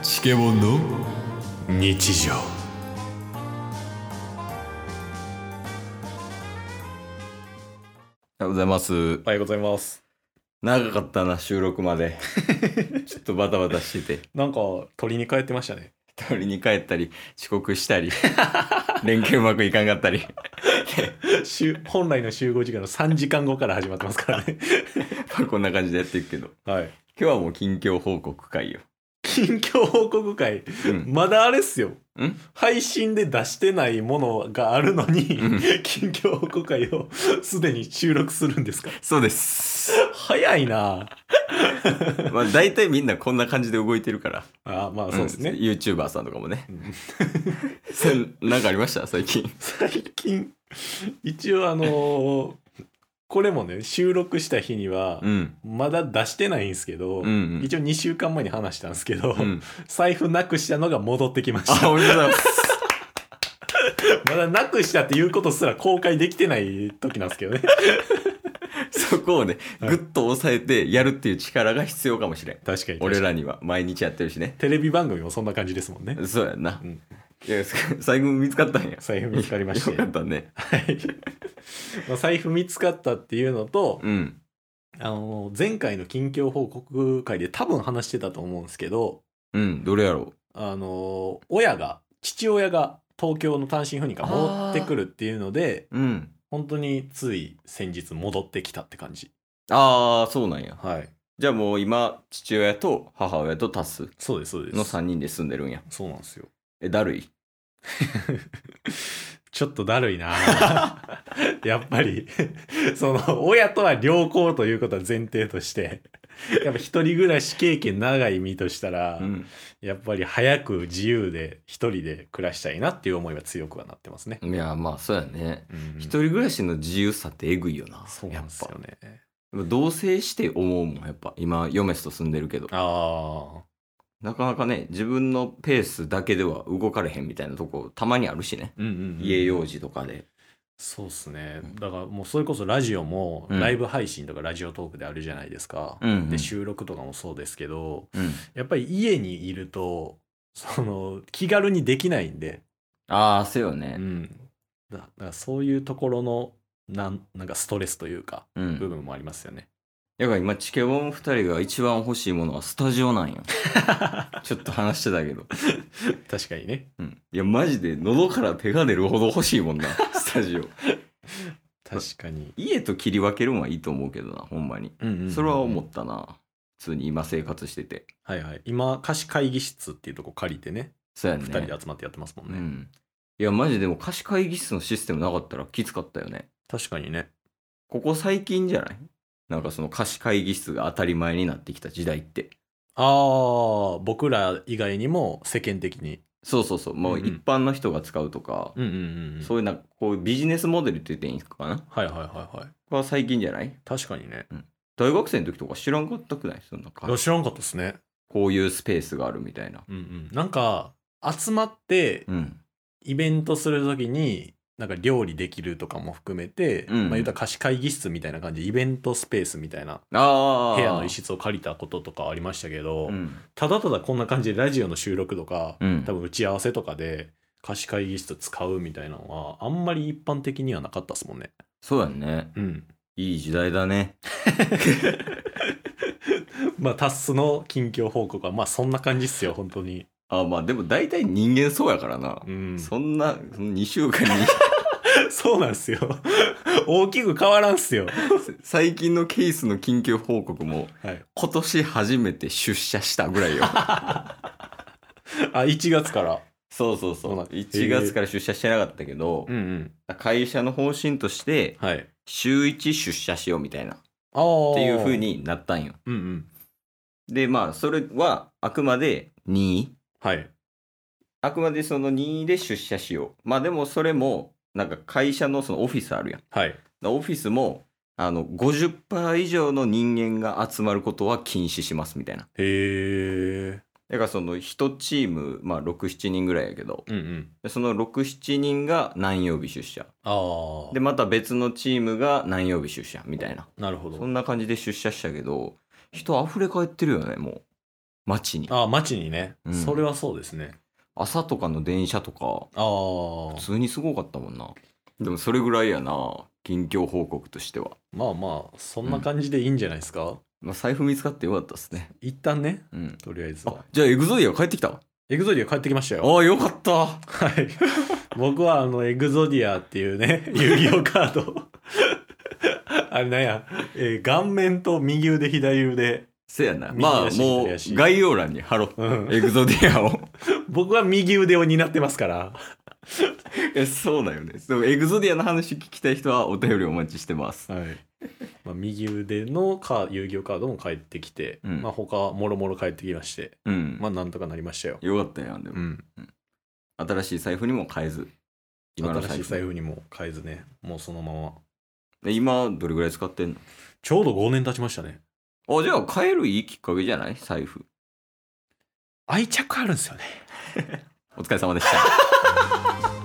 チケボンの日常。 おはようございます。 はようございます。 長かったな、収録まで。ちょっとバタバタしてて。 なんか取りに帰ってましたね。 取りに帰ったり、遅刻したり、連携うまくいかんかったり。 本来の集合時間の3時間後から始まってますからね。 まあこんな感じでやっていくけど。 はい。 今日はもう近況報告会よ。 近況報告会、 うんまだあれっすよ。 ん配信で出してないものがあるのに、 うん近況報告会をすでに収録するんですか？ そうです。 早いな。 まあ大体みんなこんな感じで動いてるから。 あ、まあそうですね。 YouTuber さんとかもね。 うんなんかありました最近。 最近一応これもね収録した日にはうん。 まだ出してないんですけど、 うんうん一応2週間前に話したんですけど、 うん。 財布なくしたのが戻ってきまあ、 した。 おめでとうございます。 まだなくしたっていうことすら公開できてない時なんですけどね。 そこをね、 はいぐっと抑えてやるっていう力が必要かもしれん。 確かに俺らには毎日やってるしね。 テレビ番組もそんな感じですもんね。 そうやんな。 うんいや、最後見つかったんや。 財布見つかりましてよかったね。 はいまあ財布見つかったっていうのと、 うん。 前回の近況報告会で多分話してたと思うんですけど、 うん、どれやろ父親が東京の単身赴任から戻ってくるっていうので、 う。うん。 本当につい先日戻ってきたって感じ。 ああ、そうなんや。 はい。 じゃあもう今、父親と母親とタスそうです、そうです。 の3人で住んでるんや。 そうなんですよ。 だるい？ ちょっとだるいなやっぱり親とは良好ということは前提としてやっぱ一人暮らし経験長い身としたら、 うん。 やっぱり早く自由で一人で暮らしたいなっていう思いは強くはなってますね。 いや、まあそうやね。 うん一人暮らしの自由さってえぐいよな。 そうなんですよね。 やっぱ同棲して思うもん、やっぱ。今、嫁と住んでるけど。 ああ、 なかなかね、自分のペースだけでは動かれへんみたいなとこたまにあるしね。 うんうんうん、 家用事とかで。 そうっすね、 うんだからもうそれこそラジオもうんライブ配信とかラジオトークであるじゃないですか、 うんうんで収録とかもそうですけど、 うん。 やっぱり家にいると気軽にできないんで、 ああ、そうようね。 ん、だからそういうところのなんかストレスというかうん。 部分もありますよね。 だから今、チケボン2人が一番欲しいものはスタジオなんよ。ちょっと話してたけど。 確かにね。 うん。いや、マジで喉から手が出るほど欲しいもんな、スタジオ。 確かに。 家と切り分けるのはいいと思うけどな、ほんまに。 うんうんうんうんそれは思ったな。普通に今生活してて。 はいはい。今貸し会議室っていうとこ借りてね、 そうやね。 2人で集まってやってますもんね。 うん。いや、マジでも貸し会議室のシステムなかったらきつかったよね。 確かにね。 ここ最近じゃない？なんかその貸し会議室が当たり前になってきた時代って。 ああ、僕ら以外にも世間的に。 そうそうそう。もう一般の人が使うとか、 うんうんうんうん。 そういうなんかこうビジネスモデルって言っていいんかな？ はいはいはいはい。 これは最近じゃない？ 確かにね。 大学生の時とか知らんかったくない？そんなかいや知らんかったですね。 こういうスペースがあるみたいな。 うんうん。なんか集まってうん。 イベントするときになんか料理できるとかも含めて、 うんまあ言ったら貸し会議室みたいな感じでイベントスペースみたいなああ。 部屋の一室を借りたこととかありましたけど、 うん。 ただただこんな感じでラジオの収録とか、 うん多分打ち合わせとかで貸し会議室使うみたいなのはあんまり一般的にはなかったですもんね。 そうやんね。 うん。 いい時代だね。 まあタッスの近況報告はまあそんな感じっすよ本当に。 あまあでも大体人間そうやからな。 うん。 そんな2週間にそうなんですよ。大きく変わらんっすよ。 最近のケースの緊急報告もはい。 今年初めて出社したぐらいよ。 あ、1月から。 そうそうそう。 そうなん 1月から出社してなかったけど、 うんうん。 会社の方針としてはい。 週1出社しようみたいなっああ。 ていう風。になったんよ。 うんうん。 でまあそれはあくまで任意。 はい。 あくまでその任意で出社しよう。まあでもそれもなんか会社のそのオフィスあるやん。 はい。 オフィスも50% 以上の人間が集まることは禁止しますみたいな。 へえ。 だからその1チーム、まあ6、7人ぐらいやけど、 うんうん。 でその6、7人が何曜日出社。 ああ。 で、また別のチームが何曜日出社みたいな。 なるほど。 そんな感じで出社したけど、人溢れ返ってるよね、も街に。 街にね、 うんそれはそうですね。 朝とかの電車とか、普通にすごかったもんな。でもそれぐらいやな、近況報告としては。 まあそんな感じでいいんじゃないですか、 まあ、財布見つかってよかったっすね。 一旦ね、 うん。 とりあえずは。 じゃあエグゾディア帰ってきた？ エグゾディア帰ってきましたよ。 ああ、よかった。 はい。僕はエグゾディアっていうね、遊戯王カード。あれなんや、顔面と右腕左腕。 せやな。 右まあ足も左足う概要欄に貼ろう。 うんエグゾディアを。 僕は右腕を担ってますから。 そうだよね。でもエグゾディアの話聞きたい人はお便りお待ちしてます。 はい。右腕の遊戯王カードも返ってきて、 うん他もろもろ返ってきまして、 うん。 なんとかなりましたよ。 よかったやん、でも。 うん。 新しい財布にも変えず。今の新しい財布にも変えずね、もうそのまま。 で今、どれぐらい使ってんの？ ちょうど5年経ちましたね。 じゃあ変えるいいきっかけじゃない？財布。 愛着あるんですよね。 お疲れ様でした。